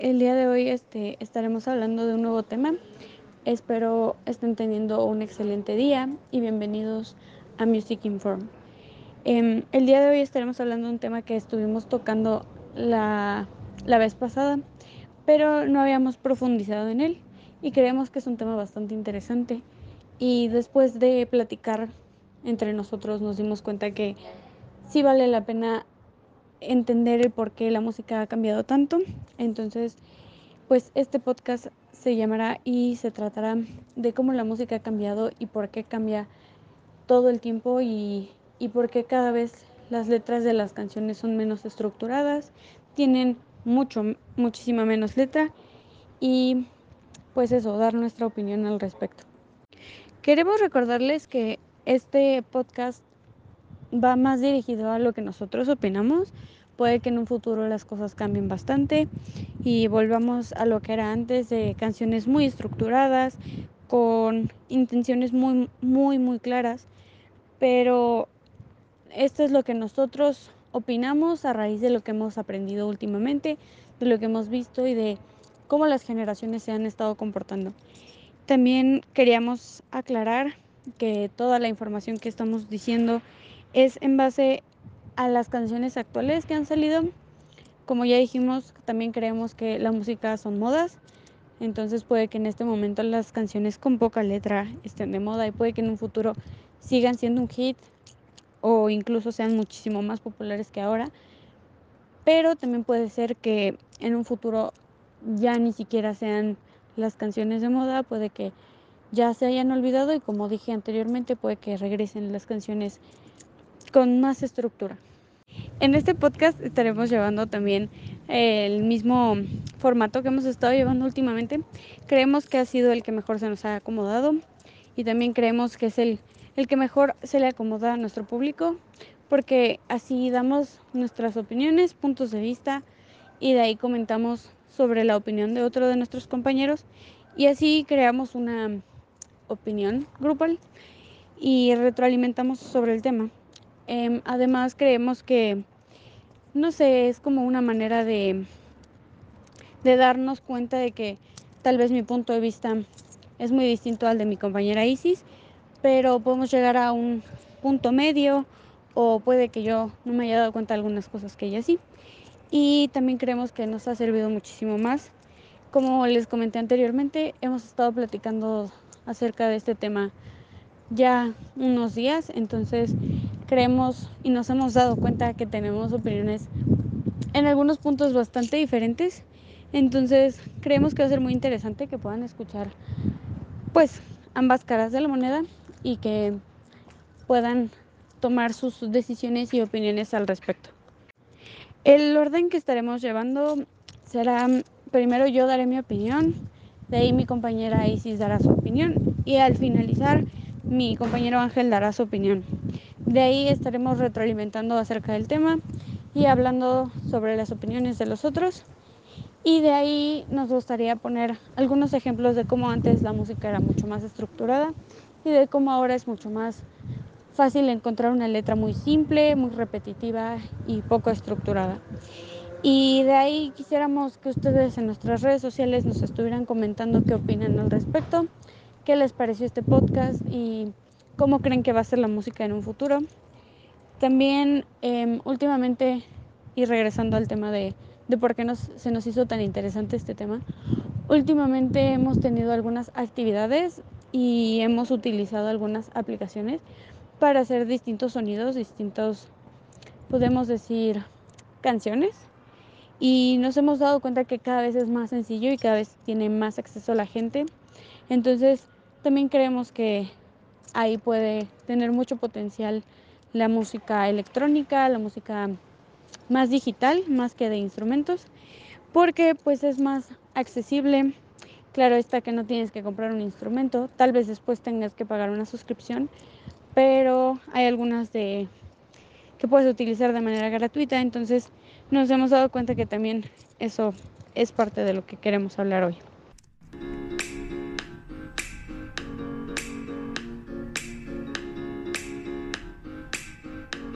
El día de hoy estaremos hablando de un nuevo tema. Espero estén teniendo un excelente día y bienvenidos a Music Inform. El día de hoy estaremos hablando de un tema que estuvimos tocando la vez pasada, pero no habíamos profundizado en él y creemos que es un tema bastante interesante. Y después de platicar entre nosotros nos dimos cuenta que sí vale la pena entender el por qué la música ha cambiado tanto. Entonces, pues este podcast se llamará y se tratará de cómo la música ha cambiado y por qué cambia todo el tiempo y por qué cada vez las letras de las canciones son menos estructuradas, tienen muchísima menos letra y pues eso, dar nuestra opinión al respecto. Queremos recordarles que este podcast va más dirigido a lo que nosotros opinamos. Puede que en un futuro las cosas cambien bastante y volvamos a lo que era antes, de canciones muy estructuradas, con intenciones muy claras, pero esto es lo que nosotros opinamos a raíz de lo que hemos aprendido últimamente, de lo que hemos visto y de cómo las generaciones se han estado comportando. También queríamos aclarar que toda la información que estamos diciendo es en base a las canciones actuales que han salido. Como ya dijimos, también creemos que la música son modas, entonces puede que en este momento las canciones con poca letra estén de moda y puede que en un futuro sigan siendo un hit o incluso sean muchísimo más populares que ahora, pero también puede ser que en un futuro ya ni siquiera sean las canciones de moda, puede que ya se hayan olvidado y, como dije anteriormente, puede que regresen las canciones con más estructura. En este podcast estaremos llevando también el mismo formato que hemos estado llevando últimamente. Creemos que ha sido el que mejor se nos ha acomodado y también creemos que es el que mejor se le acomoda a nuestro público, porque así damos nuestras opiniones, puntos de vista y de ahí comentamos sobre la opinión de otro de nuestros compañeros y así creamos una opinión grupal y retroalimentamos sobre el tema. Además creemos que, no sé, es como una manera de darnos cuenta de que tal vez mi punto de vista es muy distinto al de mi compañera Isis, pero podemos llegar a un punto medio o puede que yo no me haya dado cuenta de algunas cosas que ella sí. Y también creemos que nos ha servido muchísimo más. Como les comenté anteriormente, hemos estado platicando acerca de este tema ya unos días, entonces creemos y nos hemos dado cuenta que tenemos opiniones en algunos puntos bastante diferentes, entonces creemos que va a ser muy interesante que puedan escuchar pues ambas caras de la moneda y que puedan tomar sus decisiones y opiniones al respecto. El orden que estaremos llevando será: primero yo daré mi opinión, de ahí mi compañera Isis dará su opinión y al finalizar mi compañero Ángel dará su opinión. De ahí estaremos retroalimentando acerca del tema y hablando sobre las opiniones de los otros. Y de ahí nos gustaría poner algunos ejemplos de cómo antes la música era mucho más estructurada y de cómo ahora es mucho más fácil encontrar una letra muy simple, muy repetitiva y poco estructurada. Y de ahí quisiéramos que ustedes en nuestras redes sociales nos estuvieran comentando qué opinan al respecto, qué les pareció este podcast y cómo creen que va a ser la música en un futuro. También últimamente, y regresando al tema de por qué se nos hizo tan interesante este tema, últimamente hemos tenido algunas actividades y hemos utilizado algunas aplicaciones para hacer distintos sonidos, podemos decir, canciones. Y nos hemos dado cuenta que cada vez es más sencillo y cada vez tiene más acceso a la gente. Entonces, también creemos que ahí puede tener mucho potencial la música electrónica, la música más digital, más que de instrumentos, porque pues es más accesible. Claro está que no tienes que comprar un instrumento, tal vez después tengas que pagar una suscripción, pero hay algunas que puedes utilizar de manera gratuita, entonces nos hemos dado cuenta que también eso es parte de lo que queremos hablar hoy.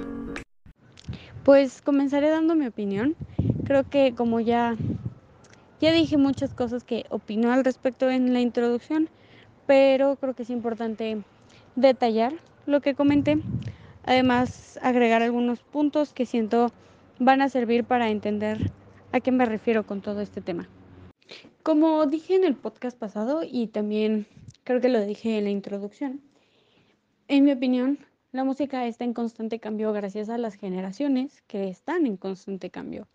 Pues comenzaré dando mi opinión. Creo que como ya Ya dije muchas cosas que opino al respecto en la introducción, pero creo que es importante detallar lo que comenté. Además, agregar algunos puntos que siento van a servir para entender a qué me refiero con todo este tema. Como dije en el podcast pasado y también creo que lo dije en la introducción, en mi opinión, la música está en constante cambio gracias a las generaciones que están en constante cambio.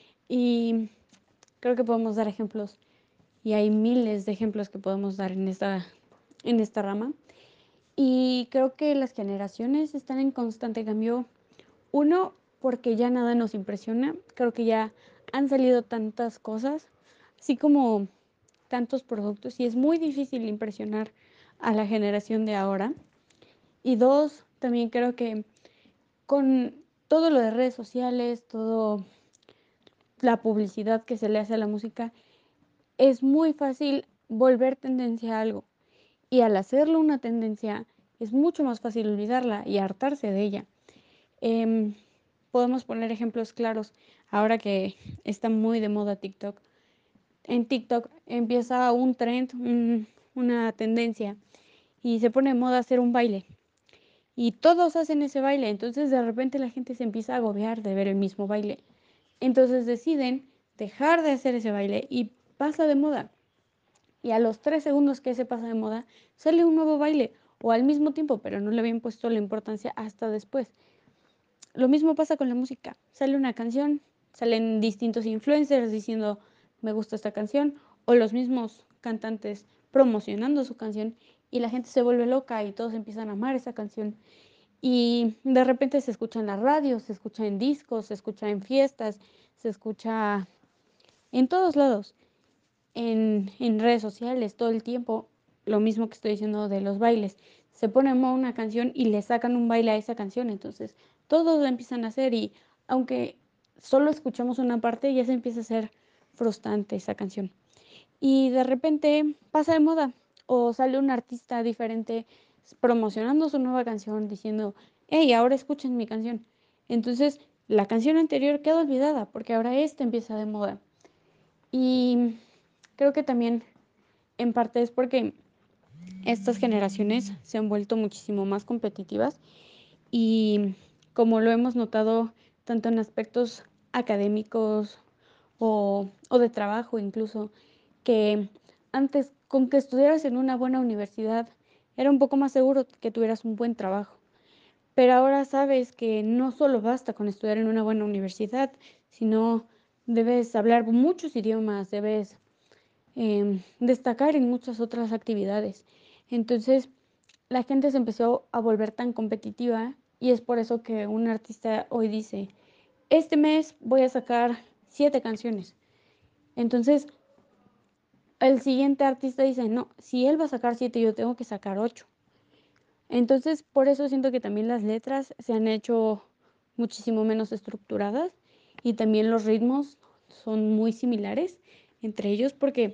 Y creo que podemos dar ejemplos, y hay miles de ejemplos que podemos dar en esta rama. Y creo que las generaciones están en constante cambio. Uno, porque ya nada nos impresiona. Creo que ya han salido tantas cosas, así como tantos productos, y es muy difícil impresionar a la generación de ahora. Y dos, también creo que con todo lo de redes sociales, todo la publicidad que se le hace a la música, es muy fácil volver tendencia a algo. Y al hacerlo una tendencia, es mucho más fácil olvidarla y hartarse de ella. Em, Podemos poner ejemplos claros. Ahora que está muy de moda TikTok. En TikTok empieza un trend, una tendencia, y se pone de moda hacer un baile. Y todos hacen ese baile, entonces de repente la gente se empieza a agobiar de ver el mismo baile. Entonces deciden dejar de hacer ese baile y pasa de moda. Y a los 3 segundos que se pasa de moda, sale un nuevo baile, o al mismo tiempo, pero no le habían puesto la importancia hasta después. Lo mismo pasa con la música. Sale una canción, salen distintos influencers diciendo me gusta esta canción, o los mismos cantantes promocionando su canción, y la gente se vuelve loca y todos empiezan a amar esa canción. Y de repente se escucha en la radio, se escucha en discos, se escucha en fiestas, se escucha en todos lados, en redes sociales, todo el tiempo. Lo mismo que estoy diciendo de los bailes. Se pone en moda una canción y le sacan un baile a esa canción, entonces todos lo empiezan a hacer, y aunque solo escuchamos una parte, ya se empieza a hacer frustrante esa canción. Y de repente pasa de moda, o sale un artista diferente promocionando su nueva canción diciendo, hey, ahora escuchen mi canción. Entonces la canción anterior queda olvidada porque ahora esta empieza de moda. Y creo que también en parte es porque estas generaciones se han vuelto muchísimo más competitivas, y como lo hemos notado tanto en aspectos académicos o de trabajo incluso, que antes con que estudiaras en una buena universidad era un poco más seguro que tuvieras un buen trabajo. Pero ahora sabes que no solo basta con estudiar en una buena universidad, sino debes hablar muchos idiomas, debes destacar en muchas otras actividades. Entonces, la gente se empezó a volver tan competitiva, y es por eso que un artista hoy dice, este mes voy a sacar 7 canciones. Entonces, el siguiente artista dice, no, si él va a sacar 7, yo tengo que sacar 8. Entonces, por eso siento que también las letras se han hecho muchísimo menos estructuradas, y también los ritmos son muy similares entre ellos, porque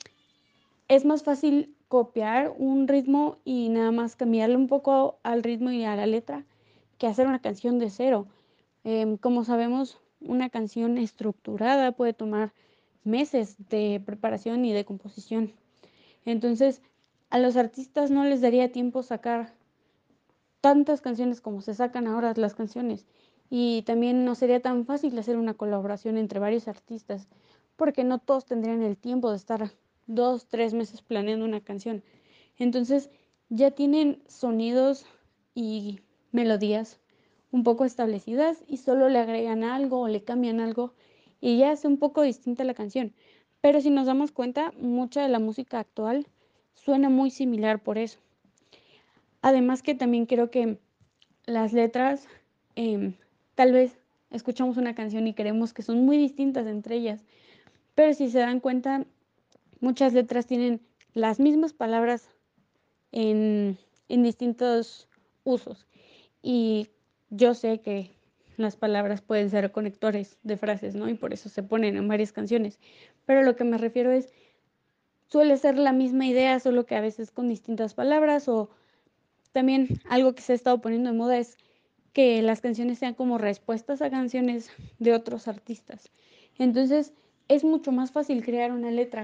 es más fácil copiar un ritmo y nada más cambiarle un poco al ritmo y a la letra que hacer una canción de cero. Como sabemos, una canción estructurada puede tomar meses de preparación y de composición. Entonces, a los artistas no les daría tiempo sacar tantas canciones como se sacan ahora las canciones. Y también no sería tan fácil hacer una colaboración entre varios artistas, porque no todos tendrían el tiempo de estar 2, 3 meses planeando una canción. Entonces ya tienen sonidos y melodías un poco establecidas, y solo le agregan algo o le cambian algo y ya hace un poco distinta la canción. Pero si nos damos cuenta, mucha de la música actual suena muy similar por eso. Además que también creo que las letras, em, tal vez escuchamos una canción y creemos que son muy distintas entre ellas, pero si se dan cuenta, muchas letras tienen las mismas palabras en, en distintos usos. Y yo sé que las palabras pueden ser conectores de frases, ¿no? Y por eso se ponen en varias canciones. Pero lo que me refiero es, suele ser la misma idea, solo que a veces con distintas palabras. O también algo que se ha estado poniendo de moda es que las canciones sean como respuestas a canciones de otros artistas. Entonces, es mucho más fácil crear una letra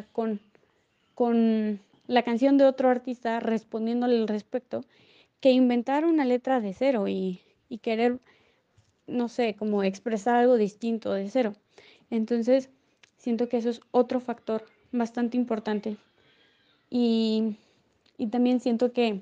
con la canción de otro artista respondiéndole al respecto que inventar una letra de cero y querer, no sé, como expresar algo distinto de cero. Entonces, siento que eso es otro factor bastante importante. Y, y también siento que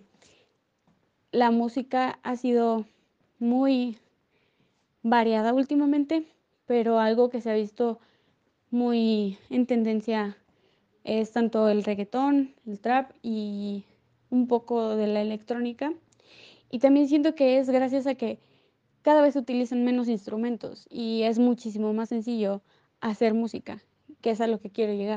la música ha sido muy variada últimamente, pero algo que se ha visto muy en tendencia es tanto el reggaetón, el trap y un poco de la electrónica. Y también siento que es gracias a que cada vez se utilizan menos instrumentos y es muchísimo más sencillo hacer música, que es a lo que quiero llegar.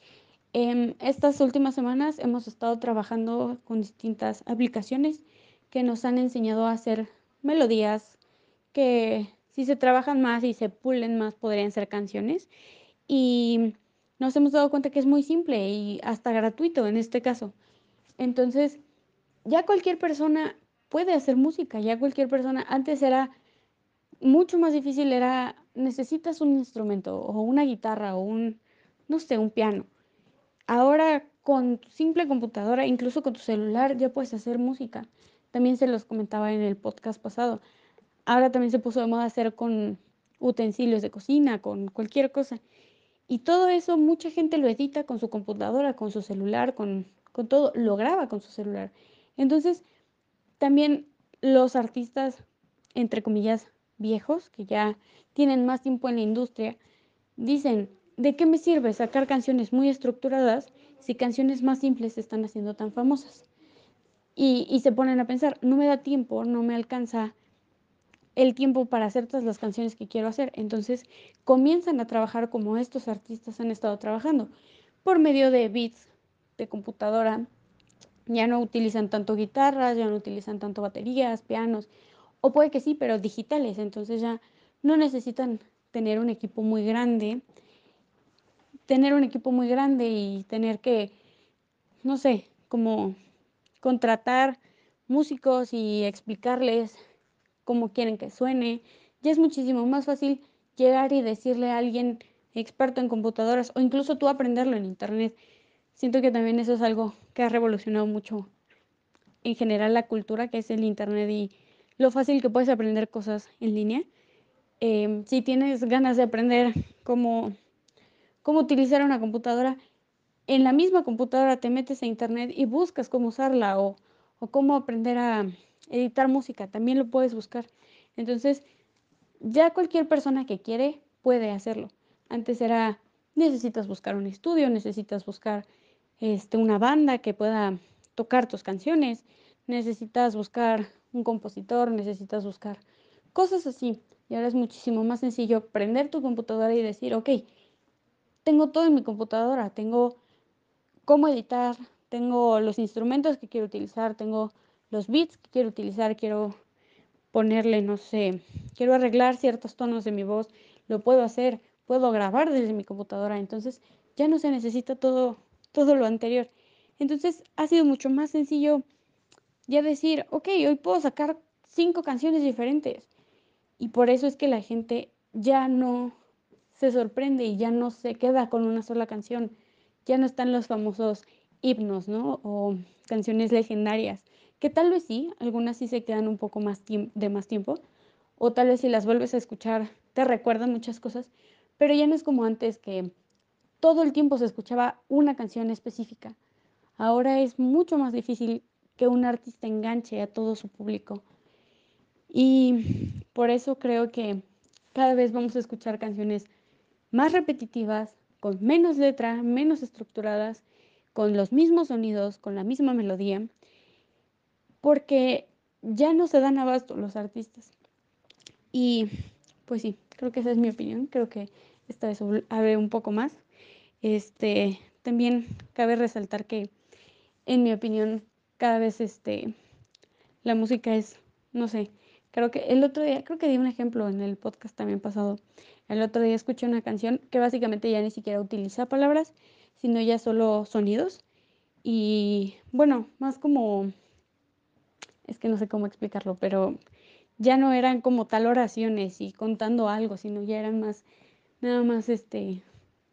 Estas últimas semanas hemos estado trabajando con distintas aplicaciones que nos han enseñado a hacer melodías que si se trabajan más y se pulen más podrían ser canciones. Y nos hemos dado cuenta que es muy simple y hasta gratuito en este caso. Entonces, ya cualquier persona puede hacer música, ya cualquier persona, antes era mucho más difícil, era necesitas un instrumento o una guitarra o un, no sé, un piano. Ahora con tu simple computadora, incluso con tu celular, ya puedes hacer música. También se los comentaba en el podcast pasado. Ahora también se puso de moda hacer con utensilios de cocina, con cualquier cosa. Y todo eso mucha gente lo edita con su computadora, con su celular, con todo, lo graba con su celular. Entonces, también los artistas, entre comillas, viejos, que ya tienen más tiempo en la industria, dicen, ¿de qué me sirve sacar canciones muy estructuradas si canciones más simples se están haciendo tan famosas? Y se ponen a pensar, no me da tiempo, no me alcanza el tiempo para hacer todas las canciones que quiero hacer. Entonces comienzan a trabajar como estos artistas han estado trabajando, por medio de beats de computadora. Ya no utilizan tanto guitarras, ya no utilizan tanto baterías, pianos, o puede que sí, pero digitales. Entonces ya no necesitan tener un equipo muy grande, y tener que, no sé, como contratar músicos y explicarles cómo quieren que suene. Ya es muchísimo más fácil llegar y decirle a alguien experto en computadoras o incluso tú aprenderlo en internet. Siento que también eso es algo que ha revolucionado mucho en general la cultura, que es el internet y lo fácil que puedes aprender cosas en línea. Si tienes ganas de aprender cómo, cómo utilizar una computadora, en la misma computadora te metes a internet y buscas cómo usarla o cómo aprender a editar música, también lo puedes buscar. Entonces, ya cualquier persona que quiere puede hacerlo. Antes era, necesitas buscar un estudio, necesitas buscar una banda que pueda tocar tus canciones, necesitas buscar un compositor, necesitas buscar cosas así. Y ahora es muchísimo más sencillo prender tu computadora y decir, ok, tengo todo en mi computadora, tengo cómo editar, tengo los instrumentos que quiero utilizar, tengo los beats que quiero utilizar, quiero ponerle, no sé, quiero arreglar ciertos tonos de mi voz, lo puedo hacer, puedo grabar desde mi computadora, entonces ya no se necesita todo lo anterior. Entonces ha sido mucho más sencillo ya decir, ok, hoy puedo sacar 5 canciones diferentes. Y por eso es que la gente ya no se sorprende y ya no se queda con una sola canción. Ya no están los famosos himnos, ¿no? O canciones legendarias, que tal vez sí, algunas sí se quedan un poco más de más tiempo, o tal vez si las vuelves a escuchar te recuerdan muchas cosas, pero ya no es como antes que todo el tiempo se escuchaba una canción específica. Ahora es mucho más difícil que un artista enganche a todo su público. Y por eso creo que cada vez vamos a escuchar canciones más repetitivas, con menos letra, menos estructuradas, con los mismos sonidos, con la misma melodía, porque ya no se dan abasto los artistas. Y pues sí, creo que esa es mi opinión. Creo que esta vez hablé un poco más. También cabe resaltar que, en mi opinión, cada vez la música es, no sé, creo que el otro día, creo que di un ejemplo en el podcast también pasado. El otro día escuché una canción que básicamente ya ni siquiera utiliza palabras, sino ya solo sonidos. Y bueno, más como, es que no sé cómo explicarlo, pero ya no eran como tal oraciones y contando algo, sino ya eran más, nada más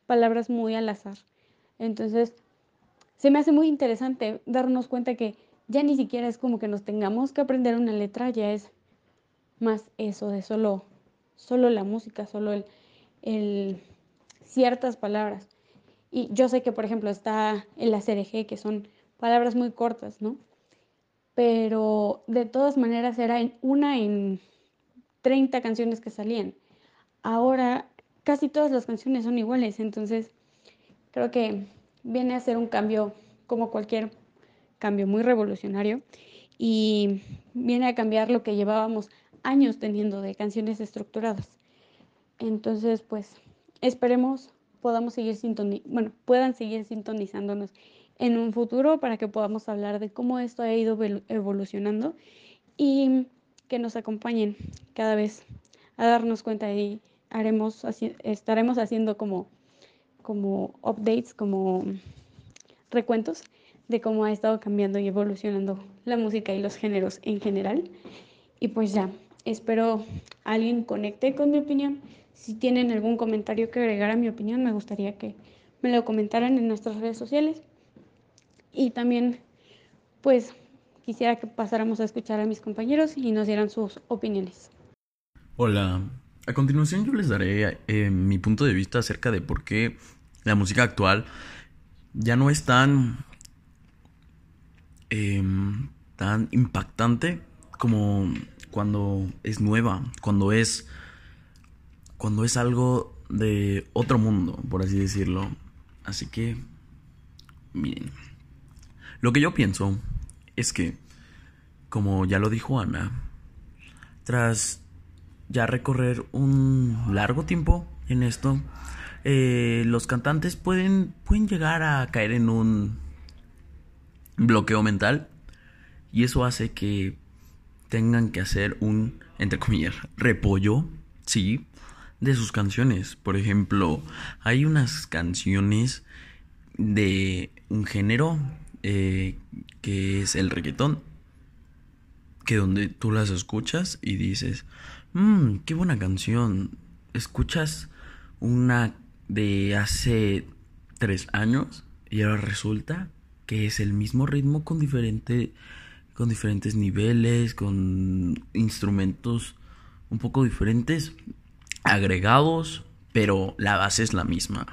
palabras muy al azar. Entonces, se me hace muy interesante darnos cuenta que ya ni siquiera es como que nos tengamos que aprender una letra, ya es más eso de solo la música, solo el ciertas palabras. Y yo sé que, por ejemplo, está el ACRG, que son palabras muy cortas, ¿no? Pero de todas maneras era en 30 canciones que salían. Ahora casi todas las canciones son iguales, entonces creo que viene a ser un cambio como cualquier cambio muy revolucionario y viene a cambiar lo que llevábamos años teniendo de canciones estructuradas. Entonces, pues esperemos podamos seguir puedan seguir sintonizándonos en un futuro para que podamos hablar de cómo esto ha ido evolucionando y que nos acompañen cada vez a darnos cuenta y estaremos haciendo como updates, como recuentos de cómo ha estado cambiando y evolucionando la música y los géneros en general. Y pues ya, espero alguien conecte con mi opinión. Si tienen algún comentario que agregar a mi opinión, me gustaría que me lo comentaran en nuestras redes sociales. Y también, pues, quisiera que pasáramos a escuchar a mis compañeros y nos dieran sus opiniones. Hola, a continuación yo les daré mi punto de vista acerca de por qué la música actual ya no es tan impactante como cuando es nueva, cuando es algo de otro mundo, por así decirlo. Así que, miren, lo que yo pienso es que, como ya lo dijo Ana, tras ya recorrer un largo tiempo en esto, los cantantes pueden llegar a caer en un bloqueo mental, y eso hace que tengan que hacer un, entre comillas, repollo, sí, de sus canciones. Por ejemplo, hay unas canciones de un género que es el reggaetón, que donde tú las escuchas y dices, qué buena canción. Escuchas una de hace 3 años y ahora resulta que es el mismo ritmo con diferentes niveles, con instrumentos un poco diferentes, agregados, pero la base es la misma.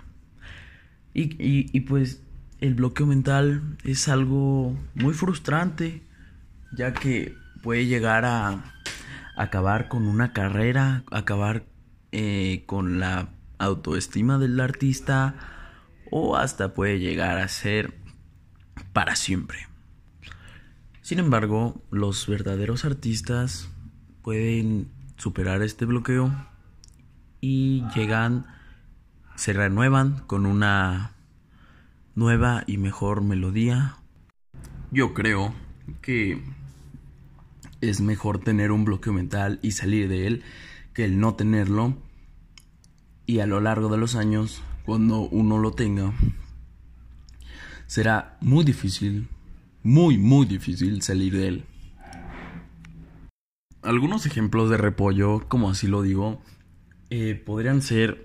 Y pues el bloqueo mental es algo muy frustrante, ya que puede llegar a acabar con una carrera, acabar con la autoestima del artista, o hasta puede llegar a ser para siempre. Sin embargo, los verdaderos artistas pueden superar este bloqueo y se renuevan con una nueva y mejor melodía. Yo creo que es mejor tener un bloqueo mental y salir de él que el no tenerlo. Y a lo largo de los años, cuando uno lo tenga, será muy difícil, muy difícil salir de él. Algunos ejemplos de repollo, como así lo digo, podrían ser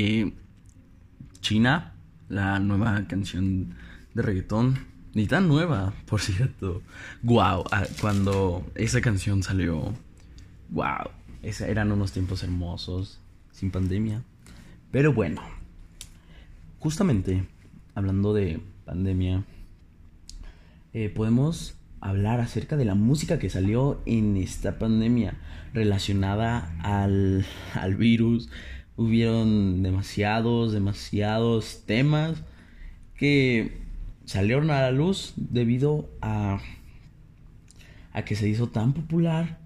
China, la nueva canción de reggaetón. Ni tan nueva, por cierto. Wow, cuando esa canción salió, wow, eran unos tiempos hermosos, sin pandemia. Pero bueno, justamente hablando de pandemia, podemos hablar acerca de la música que salió en esta pandemia relacionada al virus. Hubieron demasiados temas que salieron a la luz debido a que se hizo tan popular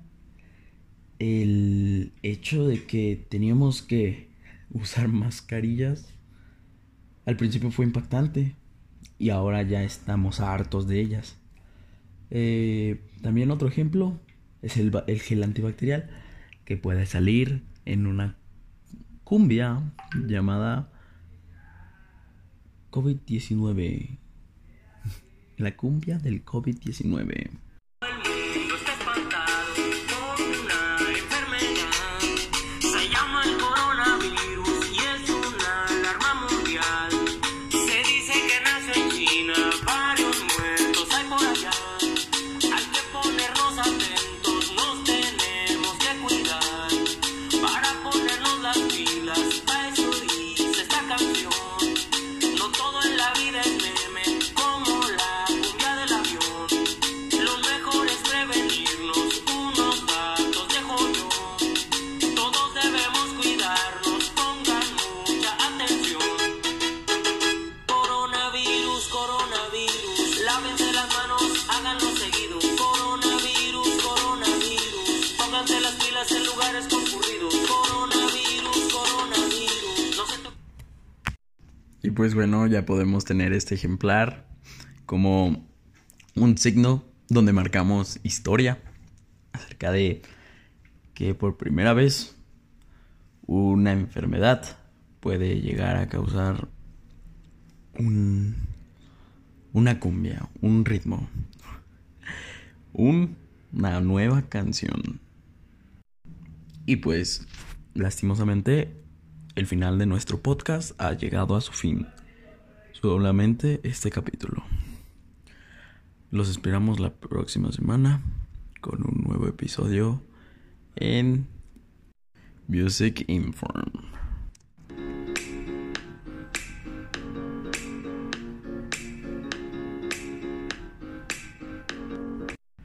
el hecho de que teníamos que usar mascarillas. Al principio fue impactante y ahora ya estamos hartos de ellas. También otro ejemplo es el gel antibacterial, que puede salir en una cumbia llamada COVID-19. La cumbia del COVID-19. Se llama el coronavirus y es una alarma mundial. pues bueno, ya podemos tener este ejemplar como un signo donde marcamos historia acerca de que por primera vez una enfermedad puede llegar a causar una cumbia, un ritmo, una nueva canción. Y pues, lastimosamente, el final de nuestro podcast ha llegado a su fin. Solamente este capítulo. Los esperamos la próxima semana con un nuevo episodio en Music Inform.